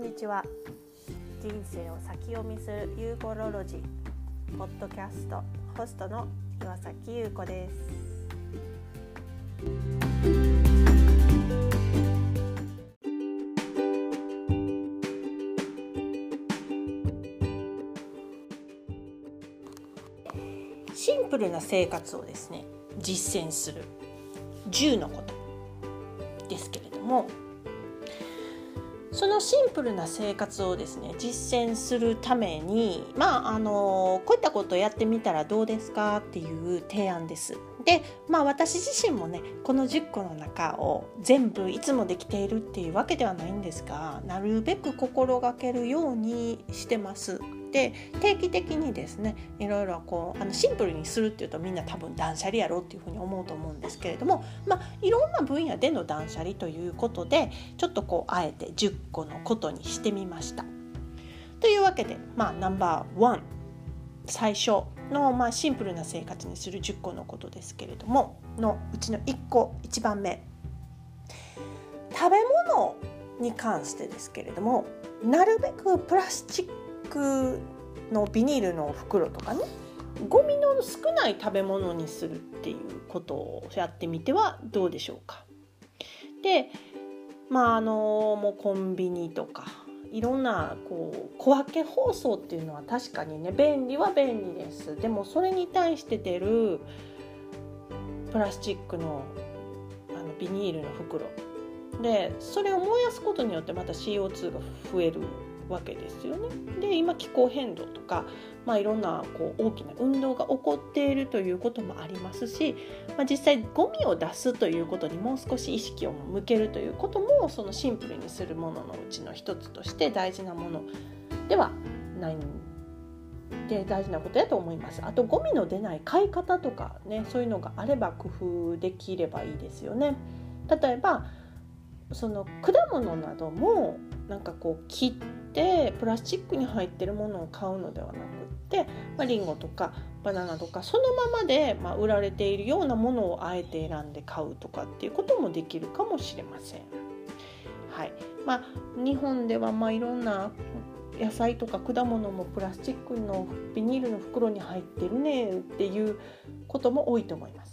にちは。人生を先読みするユーゴロロジーポッドキャストホストの岩崎優子です。シンプルな生活をですね、実践する10のことですけれども、そのシンプルな生活をですね実践するためにこういったことをやってみたらどうですかっていう提案です。で、私自身もねこの10個の中を全部いつもできているっていうわけではないんですが、なるべく心がけるようにしてます。で、定期的にですねいろいろシンプルにするっていうとみんな多分断捨離やろうっていうふうに思うと思うんですけれども、いろんな分野での断捨離ということでちょっとあえて10個のことにしてみました。というわけで、ナンバー1、最初の、シンプルな生活にする10個のことですけれどものうちの1番目、食べ物に関してですけれども、なるべくプラスチックのビニールの袋とかね、ゴミの少ない食べ物にするっていうことをやってみてはどうでしょうか。で、もうコンビニとかいろんな小分け包装っていうのは確かにね便利は便利です。でもそれに対して出るプラスチックのビニールの袋で、それを燃やすことによってまた CO2 が増えるわけですよね。で、今気候変動とか、いろんな大きな運動が起こっているということもありますし、実際ゴミを出すということにもう少し意識を向けるということも、そのシンプルにするもののうちの一つとして大事なものではないで大事なことだと思います。あとゴミの出ない買い方とかね、そういうのがあれば工夫できればいいですよね。例えばその果物なども切ってプラスチックに入っているものを買うのではなくって、リンゴとかバナナとかそのままで、売られているようなものをあえて選んで買うとかっていうこともできるかもしれません。はい。日本ではいろんな野菜とか果物もプラスチックのビニールの袋に入ってるねっていうことも多いと思います。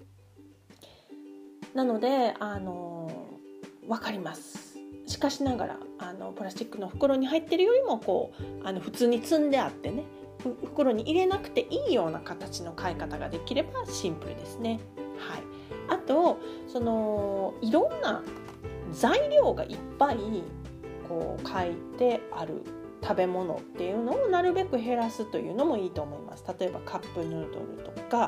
なのでわかります。しかしながらプラスチックの袋に入っているよりも普通に積んであってね、袋に入れなくていいような形の買い方ができればシンプルですね。はい。あといろんな材料がいっぱい書いてある食べ物っていうのをなるべく減らすというのもいいと思います。例えばカップヌードルとか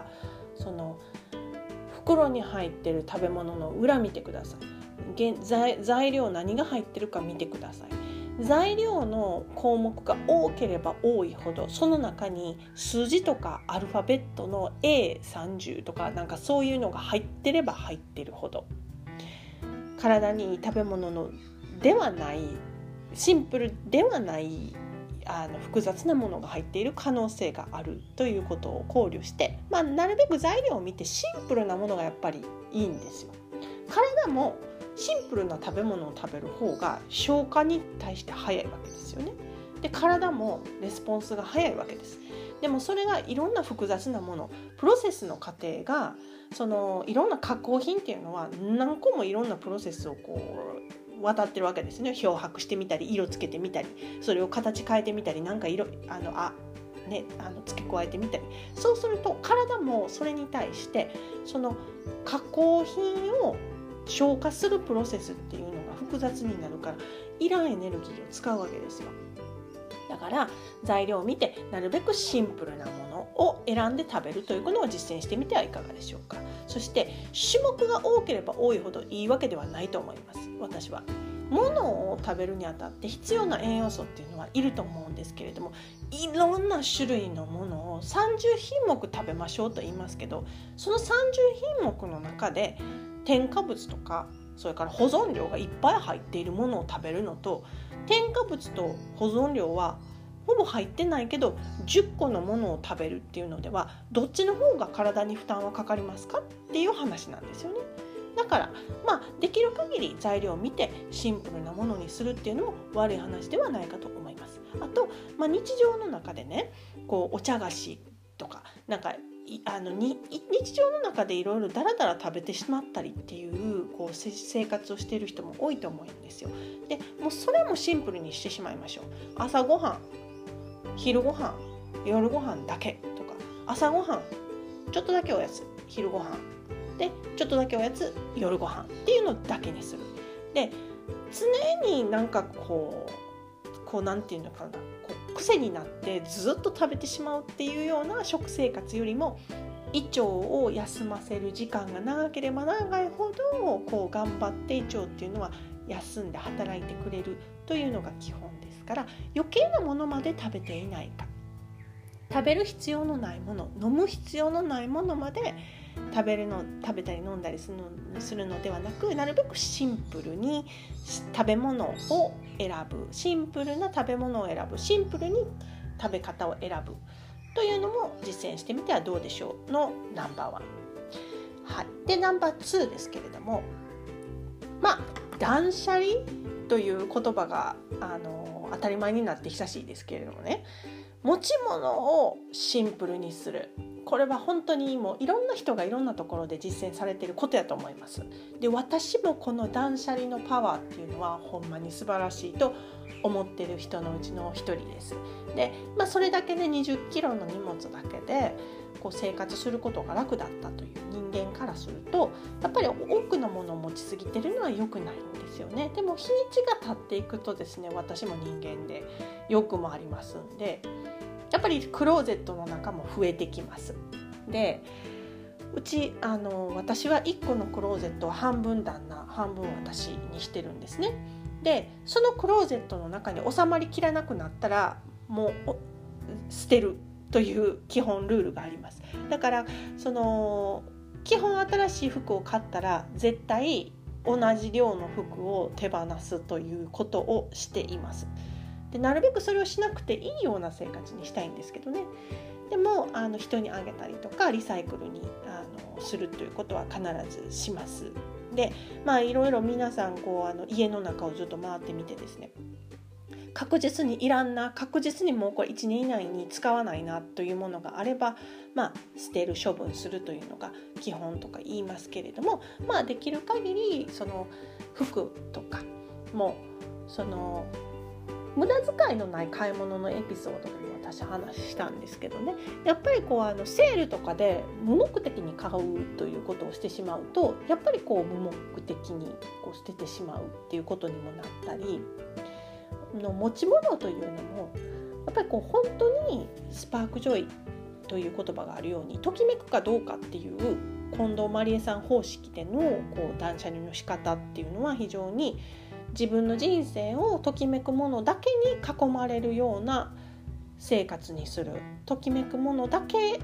袋に入っている食べ物の裏見てください。材料何が入ってるか見てください。材料の項目が多ければ多いほど、その中に数字とかアルファベットの A30 とかそういうのが入ってれば入ってるほど体にいい食べ物のではない、シンプルではない複雑なものが入っている可能性があるということを考慮して、なるべく材料を見てシンプルなものがやっぱりいいんですよ。体もシンプルな食べ物を食べる方が消化に対して早いわけですよね。で、体もレスポンスが早いわけです。でもそれがいろんな複雑なもの、プロセスの過程がいろんな加工品っていうのは何個もいろんなプロセスを渡ってるわけですね。漂白してみたり色つけてみたり、それを形変えてみたり付け加えてみたり、そうすると体もそれに対して加工品を消化するプロセスっていうのが複雑になるから、いらんエネルギーを使うわけですよ。だから材料を見てなるべくシンプルなものを選んで食べるというのを実践してみてはいかがでしょうか。そして種目が多ければ多いほどいいわけではないと思います。私は物を食べるにあたって必要な栄養素っていうのはいると思うんですけれども、いろんな種類のものを30品目食べましょうと言いますけど、その30品目の中で添加物とかそれから保存料がいっぱい入っているものを食べるのと、添加物と保存料はほぼ入ってないけど10個のものを食べるっていうのでは、どっちの方が体に負担はかかりますかっていう話なんですよね。 だからできる限り材料を見てシンプルなものにするっていうのも悪い話ではないかと思います。あと、日常の中でねお茶菓子とか日常の中でいろいろだらだら食べてしまったりっていう生活をしている人も多いと思うんですよ。でもうそれもシンプルにしてしまいましょう。朝ごはん、昼ごはん、夜ごはんだけとか、朝ごはんちょっとだけおやつ、昼ごはんでちょっとだけおやつ、夜ごはんっていうのだけにする。で常になんていうのかな、癖になってずっと食べてしまうっていうような食生活よりも、胃腸を休ませる時間が長ければ長いほど頑張って胃腸っていうのは休んで働いてくれるというのが基本ですから、余計なものまで食べていないか、食べる必要のないもの、飲む必要のないものまで食べたり飲んだりするのではなく、なるべくシンプルに食べ物を選ぶ、シンプルな食べ物を選ぶ、シンプルに食べ方を選ぶというのも実践してみてはどうでしょうのナンバーワン。はい、でナンバー2ですけれども、断捨離という言葉が当たり前になって久しいですけれどもね、持ち物をシンプルにする、これは本当にもういろんな人がいろんなところで実践されていることやと思います。で私もこの断捨離のパワーっていうのはほんまに素晴らしいと思っている人のうちの一人です。で、それだけで20キロの荷物だけで生活することが楽だったという人間からすると、やっぱり多くのものを持ちすぎてるのは良くないんですよね。でも日にちが経っていくとですね、私も人間で欲もありますんで、やっぱりクローゼットの中も増えてきます。で私は1個のクローゼットを半分旦那半分私にしてるんですね。でそのクローゼットの中に収まりきらなくなったらもう捨てるという基本ルールがあります。だから基本新しい服を買ったら絶対同じ量の服を手放すということをしています。でなるべくそれをしなくていいような生活にしたいんですけどね。でも人にあげたりとかリサイクルにするということは必ずします。でいろいろ皆さん家の中をずっと回ってみてですね、確実にいらんな、確実にもうこれ1年以内に使わないなというものがあれば、捨てる、処分するというのが基本とか言いますけれども、できる限りその服とかも無駄遣いのない買い物のエピソードでも私話したんですけどね、やっぱりセールとかで無目的に買うということをしてしまうと、やっぱり無目的に捨ててしまうっていうことにもなったり、持ち物というのもやっぱり本当にスパークジョイという言葉があるように、ときめくかどうかっていう近藤麻理恵さん方式での断捨離の仕方っていうのは、非常に自分の人生をときめくものだけに囲まれるような生活にする、ときめくものだけ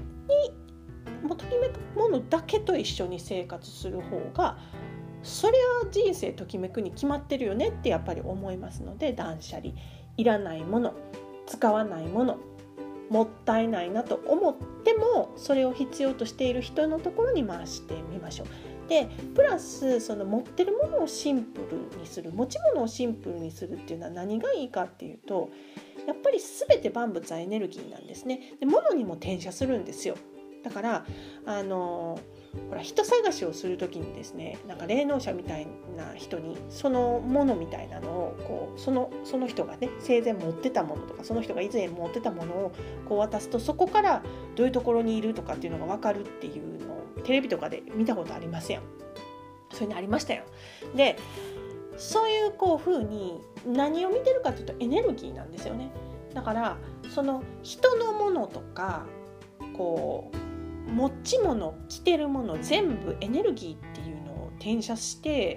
と一緒に生活する方が、それは人生ときめくに決まってるよねってやっぱり思いますので、断捨離、いらないもの、使わないもの、もったいないなと思ってもそれを必要としている人のところに回してみましょう。でプラス持ってるものをシンプルにする、持ち物をシンプルにするっていうのは何がいいかっていうと、やっぱり全て万物はエネルギーなんですね。で物にも転写するんですよ。だから人探しをするときにですね、霊能者みたいな人にそのものみたいなのをその人がね生前持ってたものとか、その人が以前持ってたものを渡すと、そこからどういうところにいるとかっていうのが分かるっていうのをテレビとかで見たことありますやん。そういうのありましたよ。でそういう風に何を見てるかというとエネルギーなんですよね。だから人のものとか持ち物、着てるもの全部エネルギーっていうのを転写して、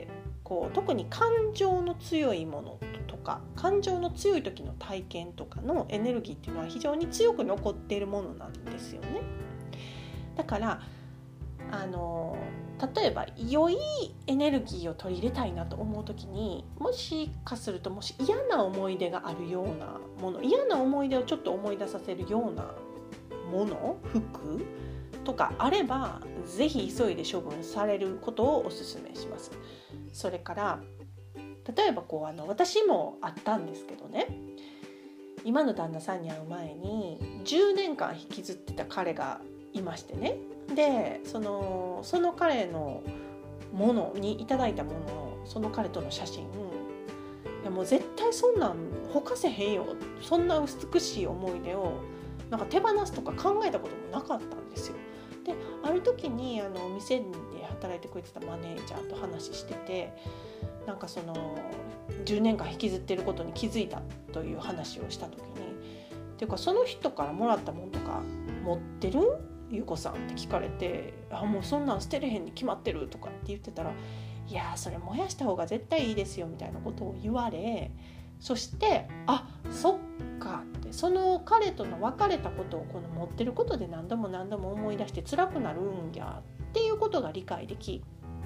特に感情の強いものとか、感情の強い時の体験とかのエネルギーっていうのは非常に強く残っているものなんですよね。だから例えば良いエネルギーを取り入れたいなと思う時に、もし嫌な思い出があるようなもの、嫌な思い出をちょっと思い出させるようなもの、服とかあればぜひ急いで処分されることをお勧めします。それから例えば私もあったんですけどね、今の旦那さんに会う前に10年間引きずってた彼がいましてね、でその彼のものにいただいたものを、その彼との写真、いやもう絶対そんなんほかせへんよ、そんな美しい思い出をなんか手放すとか考えたこともなかったんですよ。である時に店で働いてくれてたマネージャーと話してて、なんか10年間引きずってることに気づいたという話をした時に、っていうかその人からもらったものとか持ってる？ゆうこさんって聞かれて、もうそんなん捨てれへんに決まってるとかって言ってたら、いやそれ燃やした方が絶対いいですよみたいなことを言われ、そしてそっかって、その彼との別れたことを持ってることで何度も何度も思い出して辛くなるんやっていうことが理解でき、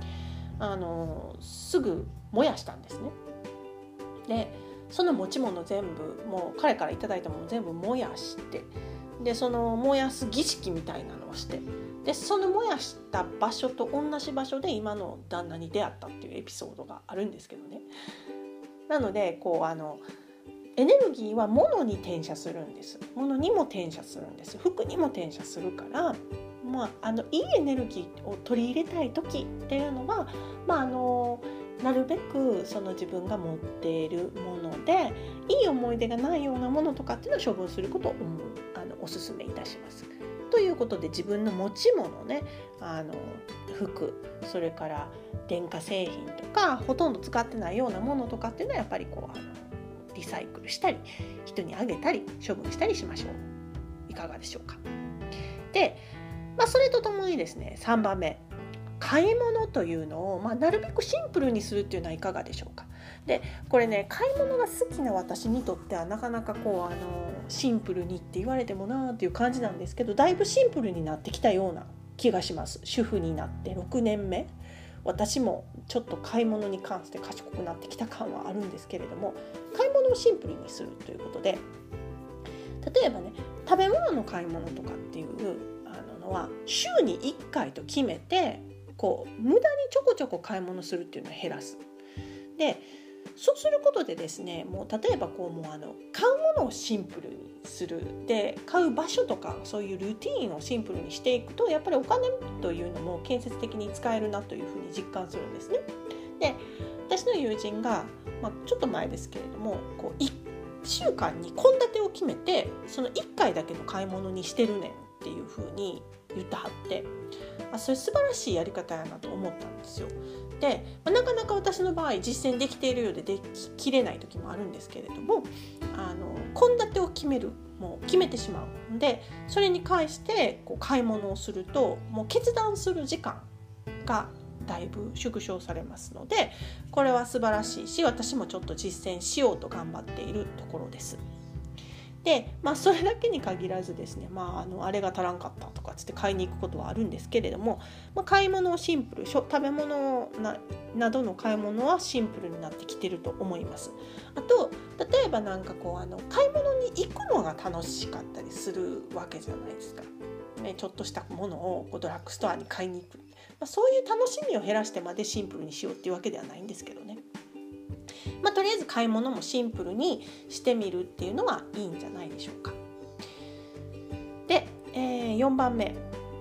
すぐ燃やしたんですね。でその持ち物全部、もう彼からいただいたもの全部燃やして、でその燃やす儀式みたいなのをして、でその燃やした場所と同じ場所で今の旦那に出会ったっていうエピソードがあるんですけどね。なのでエネルギーは物に転写するんです。物にも転写するんです。服にも転写するから、いいエネルギーを取り入れたい時っていうのは、なるべくその自分が持っているものでいい思い出がないようなものとかっていうのを処分することをお勧めいたします。ということで、自分の持ち物ね、服、それから電化製品とかほとんど使ってないようなものとかっていうのはやっぱりリサイクルしたり人にあげたり処分したりしましょう。いかがでしょうか。で、それとともにですね、3番目、買い物というのを、なるべくシンプルにするっていうのはいかがでしょうか。でこれね、買い物が好きな私にとってはなかなかシンプルにって言われてもなっていう感じなんですけど、だいぶシンプルになってきたような気がします。主婦になって6年目、私もちょっと買い物に関して賢くなってきた感はあるんですけれども、買い物をシンプルにするということで、例えばね、食べ物の買い物とかっていうのは週に1回と決めて無駄にちょこちょこ買い物するっていうのを減らす。でそうすることでですね、もう例えば買うものをシンプルにする、で買う場所とかそういうルーティーンをシンプルにしていくと、やっぱりお金というのも建設的に使えるなというふうに実感するんですね。で私の友人が、ちょっと前ですけれども1週間に献立を決めてその1回だけの買い物にしてるねんっていうふうに言ってはって、それ素晴らしいやり方やなと思ったんですよ。でなかなか私の場合実践できているようででききれない時もあるんですけれども、献立を決めてしまうので、それに関して買い物をするともう決断する時間がだいぶ縮小されますので、これは素晴らしいし、私もちょっと実践しようと頑張っているところです。でそれだけに限らずですね、あれが足らんかったとかつって買いに行くことはあるんですけれども、買い物をシンプル、食べ物 などの買い物はシンプルになってきてると思います。あと例えば買い物に行くのが楽しかったりするわけじゃないですか、ね、ちょっとしたものをドラッグストアに買いに行く、そういう楽しみを減らしてまでシンプルにしようっていうわけではないんですけどね。とりあえず買い物もシンプルにしてみるっていうのはいいんじゃないでしょうか。で、4番目、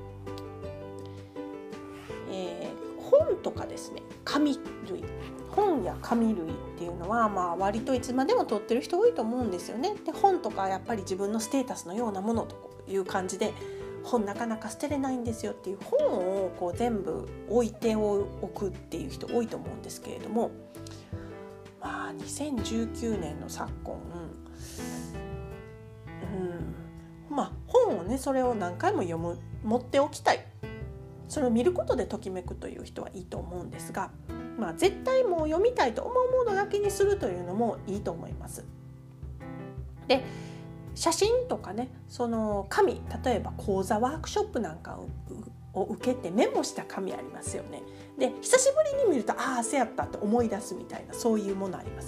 本とかですね、紙類、本や紙類っていうのは割といつまでも取ってる人多いと思うんですよね。で本とかやっぱり自分のステータスのようなものという感じで、本なかなか捨てれないんですよっていう本を全部置いておくっていう人多いと思うんですけれども、2019年の昨今、本をね、それを何回も持っておきたい、それを見ることでときめくという人はいいと思うんですが、絶対もう読みたいと思うものだけにするというのもいいと思います。で写真とかね、その紙、例えば講座ワークショップなんかを受けてメモした紙ありますよね。で久しぶりに見るとせやったって思い出すみたいな、そういうものあります。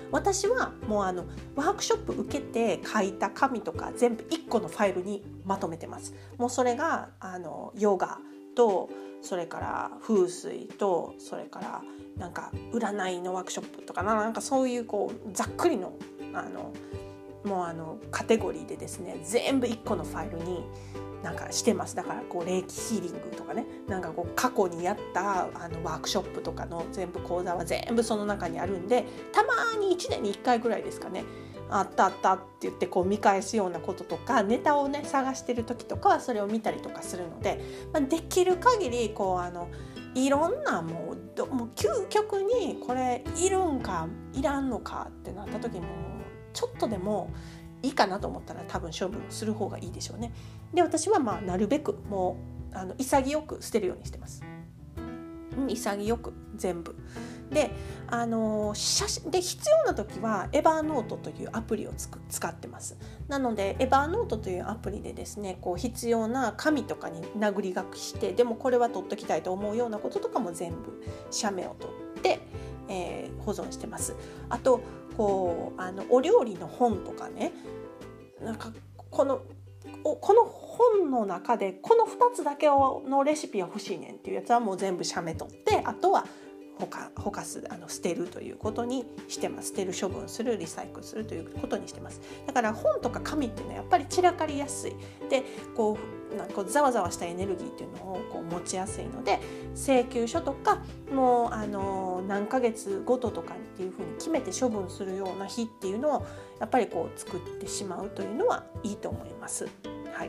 私はもうワークショップ受けて書いた紙とか全部1個のファイルにまとめてます。もうそれがヨガとそれから風水とそれからなんか占いのワークショップとかなんかそういうざっくりのもうカテゴリーでですね全部1個のファイルになんかしてます。だから霊気ヒーリングとかね、なんか過去にやったワークショップとかの全部講座は全部その中にあるんで、たまに1年に1回ぐらいですかね、あったって言って見返すようなこととか、ネタをね探してる時とかはそれを見たりとかするので、できる限りいろんなもう究極にこれいるんかいらんのかってなった時にもちょっとでもいいかなと思ったら多分処分する方がいいでしょうね。で、私はなるべくもう潔く捨てるようにしてます。潔く全部で、写真で必要な時はエバーノートというアプリを使ってます。なのでエバーノートというアプリでですね必要な紙とかに殴り書きして、でもこれは取っときたいと思うようなこととかも全部写メを取って、保存してます。あとお料理の本とかね、なんかこの本の中でこの2つだけのレシピは欲しいねんっていうやつはもう全部写メ取って、あとは捨てるということにしてます。捨てる、処分する、リサイクルするということにしてます。だから本とか紙っていうのはやっぱり散らかりやすいで、なんかざわざわしたエネルギーっていうのを持ちやすいので、請求書とかもう何ヶ月ごととかっていうふうに決めて処分するような日っていうのをやっぱり作ってしまうというのはいいと思います。はい。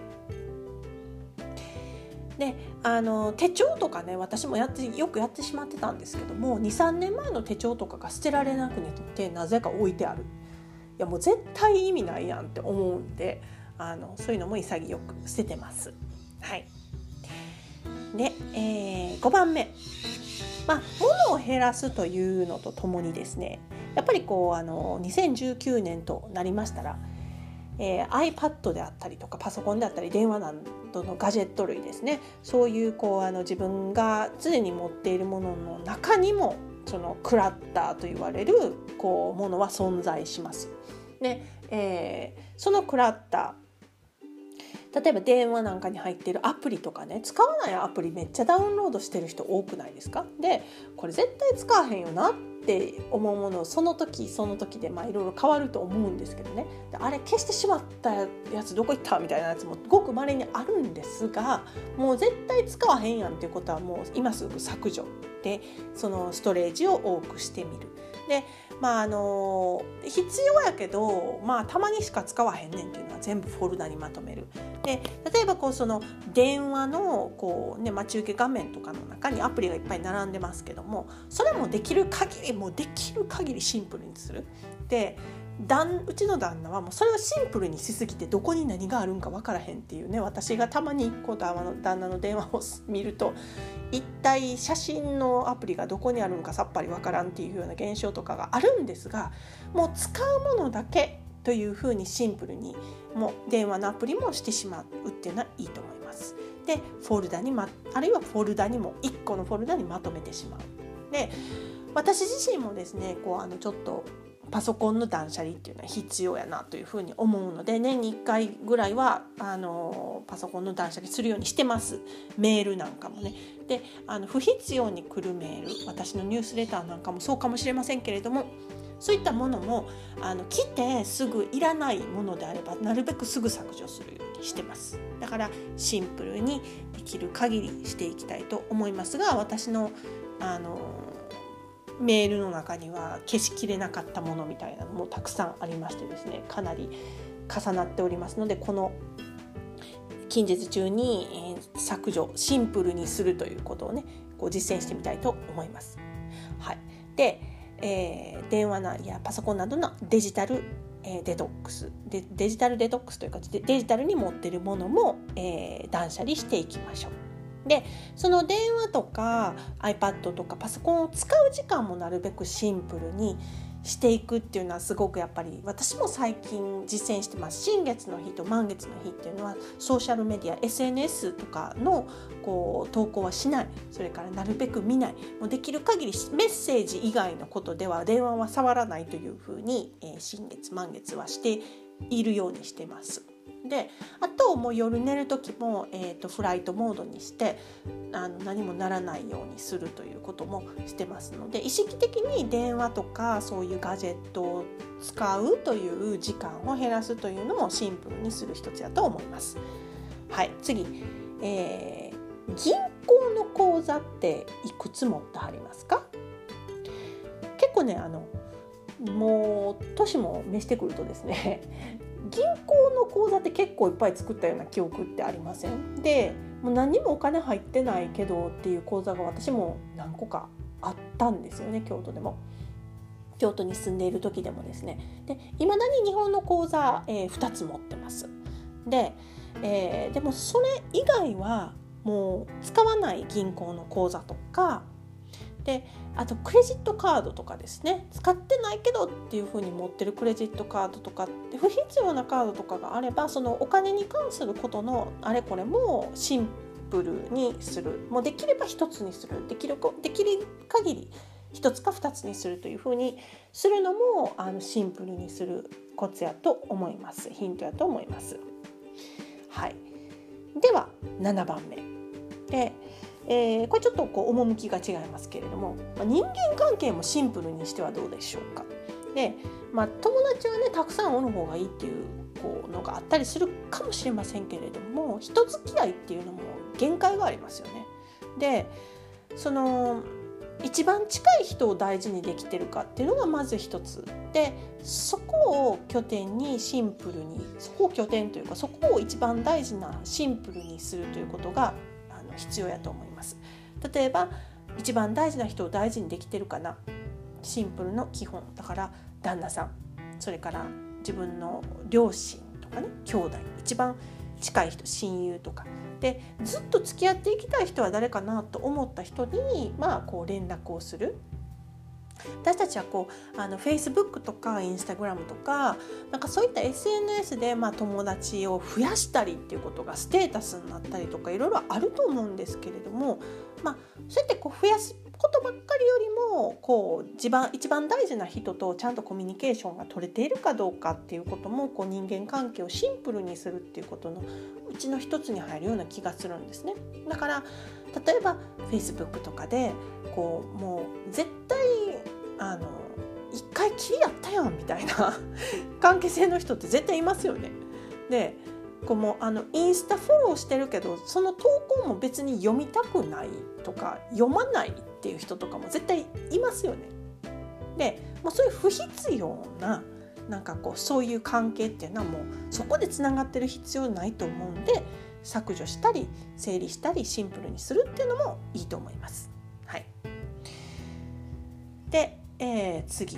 で手帳とかね、私もよくやってしまってたんですけども、 2,3 年前の手帳とかが捨てられなくなってなぜか置いてある。いやもう絶対意味ないやんって思うんで、そういうのも潔く捨ててます。はい。で、5番目、物を減らすというのとともにですね、やっぱり2019年となりましたら、iPad であったりとかパソコンであったり電話などのガジェット類ですね、そういう自分が常に持っているものの中にもそのクラッターと言われるものは存在します。で、そのクラッター、例えば電話なんかに入っているアプリとかね、使わないアプリめっちゃダウンロードしてる人多くないですか？で、これ絶対使わへんよなって思うものをその時その時でいろいろ変わると思うんですけどね、あれ消してしまったやつどこ行ったみたいなやつもごく稀にあるんですが、もう絶対使わへんやんっていうことはもう今すぐ削除で、そのストレージを多くしてみる。で、必要やけど、たまにしか使わへんねんっていうのは全部フォルダにまとめる。で、例えばその電話の待ち受け画面とかの中にアプリがいっぱい並んでますけども、それもできる限りシンプルにする。で、うちの旦那はもうそれをシンプルにしすぎてどこに何があるんか分からへんっていうね、私がたまに旦那の電話を見ると一体写真のアプリがどこにあるのかさっぱり分からんっていうような現象とかがあるんですが、もう使うものだけというふうにシンプルにもう電話のアプリもしてしまうっていうのはいいと思います。で、フォルダにあるいはフォルダにも1個のフォルダにまとめてしまう。で、私自身もですねちょっとパソコンの断捨離っていうのは必要やなというふうに思うので、年に1回ぐらいはパソコンの断捨離するようにしてます。メールなんかもね。で、不必要に来るメール、私のニュースレターなんかもそうかもしれませんけれども、そういったものも来てすぐいらないものであればなるべくすぐ削除するようにしてます。だからシンプルにできる限りしていきたいと思いますが、私のメールの中には消しきれなかったものみたいなのもたくさんありましてですね、かなり重なっておりますので、この近日中に削除、シンプルにするということをね実践してみたいと思います。はい。で、電話やパソコンなどのデジタルデトックスで、デジタルデトックスというかデジタルに持っているものも、断捨離していきましょう。で、その電話とか iPad とかパソコンを使う時間もなるべくシンプルにしていくっていうのはすごくやっぱり私も最近実践してます。新月の日と満月の日っていうのはソーシャルメディア SNS とかの投稿はしない、それからなるべく見ない、もうできる限りメッセージ以外のことでは電話は触らないというふうに、新月満月はしているようにしてます。であともう夜寝る時も、フライトモードにして何もならないようにするということもしてますので、意識的に電話とかそういうガジェットを使うという時間を減らすというのもシンプルにする一つだと思います。はい、次、銀行の口座っていくつ持ってはりますか？結構ねもう年も召してくるとですね銀行の口座って結構いっぱい作ったような記憶ってありません？でもう何もお金入ってないけどっていう口座が私も何個かあったんですよね。京都でも、京都に住んでいる時でもですね。で未だに日本の口座、2つ持ってます。でもそれ以外はもう使わない銀行の口座とかで、あとクレジットカードとかですね、使ってないけどっていう風に持ってるクレジットカードとかって不必要なカードとかがあれば、そのお金に関することのあれこれもシンプルにする、もうできれば一つにする、できる限り一つか二つにするという風にするのもシンプルにするコツやと思います。ヒントやと思います。はい、では7番目で、これちょっと趣が違いますけれども、人間関係もシンプルにしてはどうでしょうか。で、友達はねたくさんおる方がいいっていうのがあったりするかもしれませんけれども、人付き合いっていうのも限界がありますよね。でその一番近い人を大事にできてるかっていうのがまず一つで、そこを拠点にシンプルに、そこを拠点というかそこを一番大事なシンプルにするということが必要やと思います。例えば一番大事な人を大事にできてるかな、シンプルの基本だから旦那さん、それから自分の両親とかね、兄弟、一番近い人、親友とかでずっと付き合っていきたい人は誰かなと思った人に連絡をする。私たちはFacebook とか Instagram とかそういった SNS で友達を増やしたりっていうことがステータスになったりとかいろいろあると思うんですけれども、そうやって増やすことばっかりよりも一番大事な人とちゃんとコミュニケーションが取れているかどうかっていうことも人間関係をシンプルにするっていうことのうちの一つに入るような気がするんですね。だから例えば Facebook とかでもう絶対一回きりやったやんみたいな関係性の人って絶対いますよね。でもうインスタフォローしてるけどその投稿も別に読みたくないとか読まないっていう人とかも絶対いますよね。でもうそういう不必要なそういう関係っていうのはもうそこでつながってる必要ないと思うんで、削除したり整理したりシンプルにするっていうのもいいと思います。はい。で、次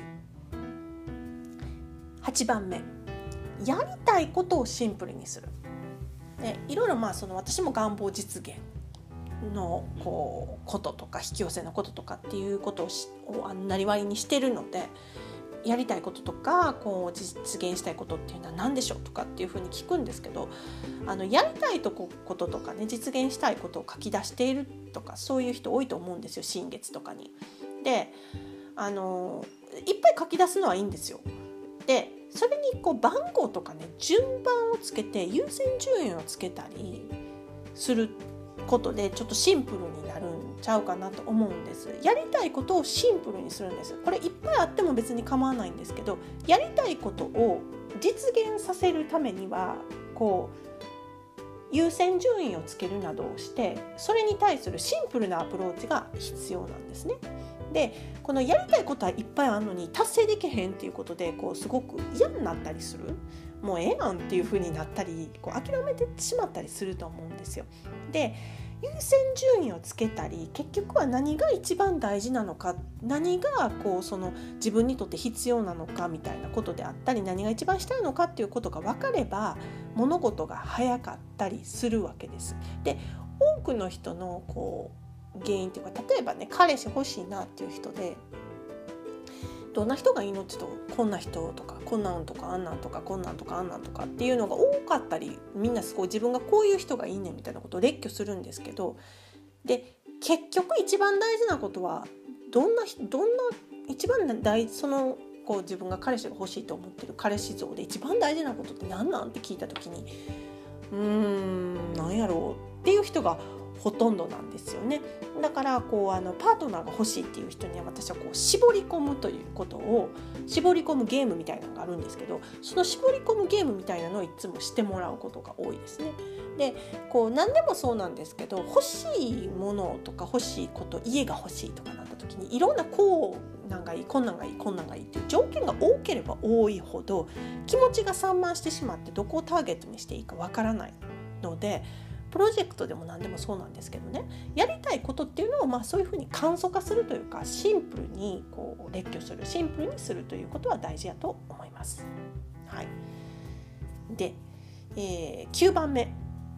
8番目、やりたいことをシンプルにする。でいろいろ私も願望実現のこととか引き寄せのこととかっていうことをなりわいにしてるので、やりたいこととか実現したいことっていうのは何でしょうとかっていうふうに聞くんですけど、やりたいこととかね、実現したいことを書き出しているとかそういう人多いと思うんですよ、新月とかに。でいっぱい書き出すのはいいんですよ。でそれに番号とかね、順番をつけて優先順位をつけたりすることでちょっとシンプルになるんちゃうかなと思うんです。やりたいことをシンプルにするんです。これいっぱいあっても別に構わないんですけど、やりたいことを実現させるためには優先順位をつけるなどをして、それに対するシンプルなアプローチが必要なんですね。でこのやりたいことはいっぱいあるのに達成できへんっていうことですごく嫌になったりする、もうええやんっていう風になったり諦めてしまったりすると思うんですよ。で優先順位をつけたり、結局は何が一番大事なのか、何が自分にとって必要なのかみたいなことであったり、何が一番したいのかっていうことが分かれば物事が早かったりするわけです。で多くの人の原因というか、例えばね、彼氏欲しいなっていう人でどんな人がいいのって言うと、こんな人とかこんなんとかあんなんとかこんなんとかあんなんとかっていうのが多かったり、みんなすごい自分がこういう人がいいねみたいなことを列挙するんですけど、で結局一番大事なことは一番大事、そのこう自分が彼氏が欲しいと思ってる彼氏像で一番大事なことって何なんって聞いた時に何やろうっていう人がほとんどなんですよね。だからこうパートナーが欲しいっていう人には私はこう絞り込むということを、絞り込むゲームみたいなのがあるんですけど、その絞り込むゲームみたいなのをいつもしてもらうことが多いですね。でこう何でもそうなんですけど、欲しいものとか欲しいこと、家が欲しいとかなった時にいろんなこうなんがいいこんなんがいいこんなんがいいっていう条件が多ければ多いほど気持ちが散漫してしまって、どこをターゲットにしていいかわからないので、プロジェクトでも何でもそうなんですけどね、やりたいことっていうのをそういうふうに簡素化するというか、シンプルにこう列挙する、シンプルにするということは大事だと思います。はい、で、9番目、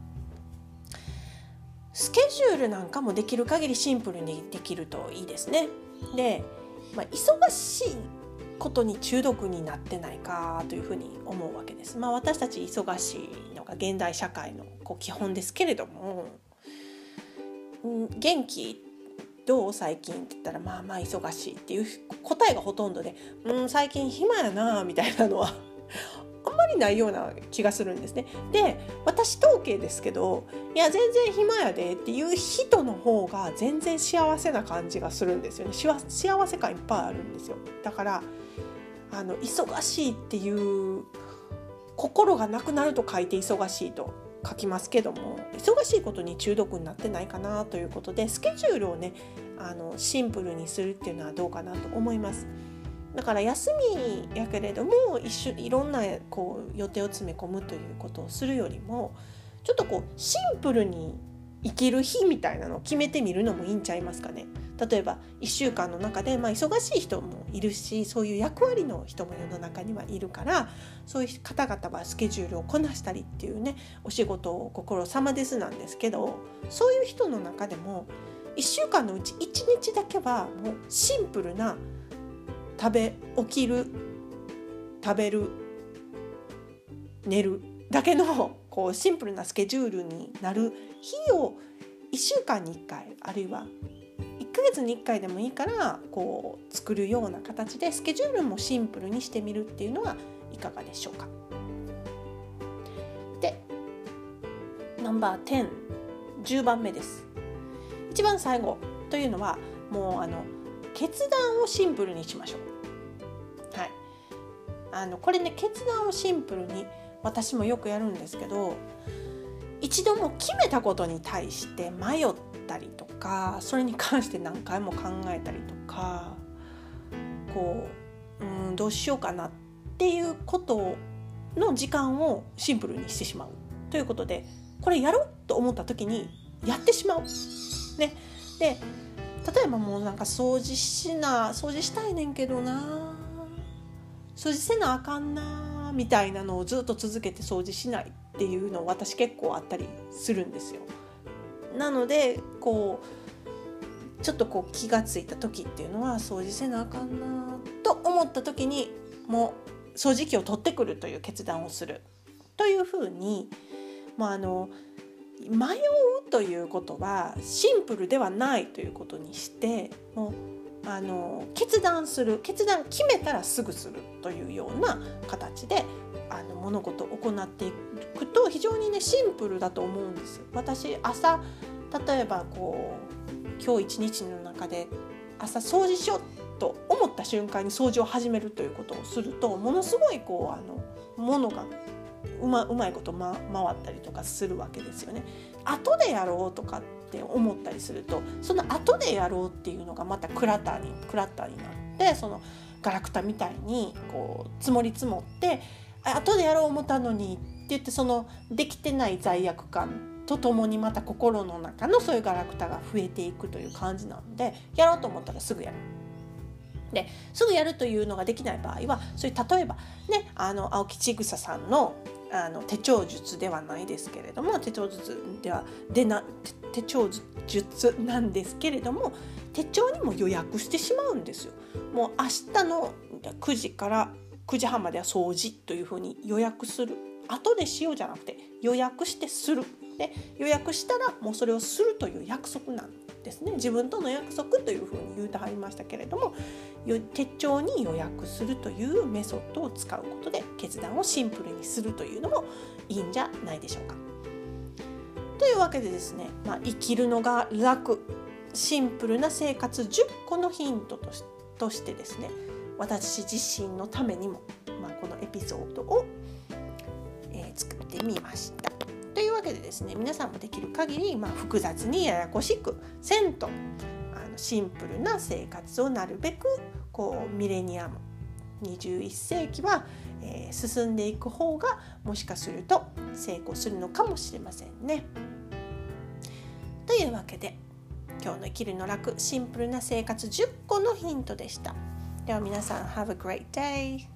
スケジュールなんかもできる限りシンプルにできるといいですね。で、忙しいことに中毒になってないかというふうに思うわけです。私たち忙しいのが現代社会の基本ですけれども、元気どう最近って言ったら忙しいっていう答えがほとんどで、最近暇やなみたいなのはあんまりないような気がするんですね。で、私統計ですけど、いや全然暇やでっていう人の方が全然幸せな感じがするんですよね。幸せ感いっぱいあるんですよ。だから忙しいっていう心がなくなると書いて忙しいと書きますけども、忙しいことに中毒になってないかなということで、スケジュールをねシンプルにするっていうのはどうかなと思います。だから休みやけれどもいろんなこう予定を詰め込むということをするよりも、ちょっとこうシンプルに生きる日みたいなのを決めてみるのもいいんちゃいますかね。例えば1週間の中で、忙しい人もいるし、そういう役割の人も世の中にはいるから、そういう方々はスケジュールをこなしたりっていうね、お仕事をご苦労様ですなんですけど、そういう人の中でも1週間のうち1日だけはもうシンプルな起きる、食べる、寝るだけのこうシンプルなスケジュールになる日を1週間に1回、あるいは1ヶ月に1回でもいいからこう作るような形でスケジュールもシンプルにしてみるっていうのはいかがでしょうか。で、ナンバー10、10番目です。一番最後というのはもう決断をシンプルにしましょう。はい、これね、決断をシンプルに私もよくやるんですけど、一度も決めたことに対して迷ったりとか、それに関して何回も考えたりとか、どうしようかなっていうことの時間をシンプルにしてしまうということで、これやろうと思った時にやってしまう、ね、で例えばもう掃除したいねんけどな、掃除せなあかんなみたいなのをずっと続けて掃除しないっていうのを私結構あったりするんですよ。なのでちょっと気がついた時っていうのは、掃除せなあかんなと思った時にもう掃除機を取ってくるという決断をするというふうに、迷うということはシンプルではないということにして、もう決断決めたらすぐするというような形で物事を行っていくと非常にねシンプルだと思うんですよ。私朝例えば今日一日の中で朝掃除しようと思った瞬間に掃除を始めるということをすると、ものすごい物がうまいこと回ったりとかするわけですよね。後でやろうとかって思ったりすると、その後でやろうっていうのがまたクラッターになって、そのガラクタみたいに積もり積もって、後でやろう思ったのにって言って、そのできてない罪悪感とともにまた心の中のそういうガラクタが増えていくという感じなので、やろうと思ったらすぐやる。ですぐやるというのができない場合は、そういう例えばね、青木千草さんの手帳術ではないですけれども、手帳術なんですけれども、手帳にも予約してしまうんですよ。もう明日の 9時から9時半までは掃除というふうに予約する。後でしようじゃなくて予約してする。で予約したらもうそれをするという約束なんですね。自分との約束というふうに言うてはりましたけれども、手帳に予約するというメソッドを使うことで決断をシンプルにするというのもいいんじゃないでしょうか。というわけでですね、生きるのが楽、シンプルな生活10個のヒントとしてですね、私自身のためにも、このエピソードを、作ってみました。というわけでですね、皆さんもできる限り、複雑にややこしくせんとシンプルな生活をなるべくミレニアム21世紀は、進んでいく方がもしかすると成功するのかもしれませんね。というわけで今日の生きるの楽シンプルな生活10個のヒントでした。では皆さん Have a great day!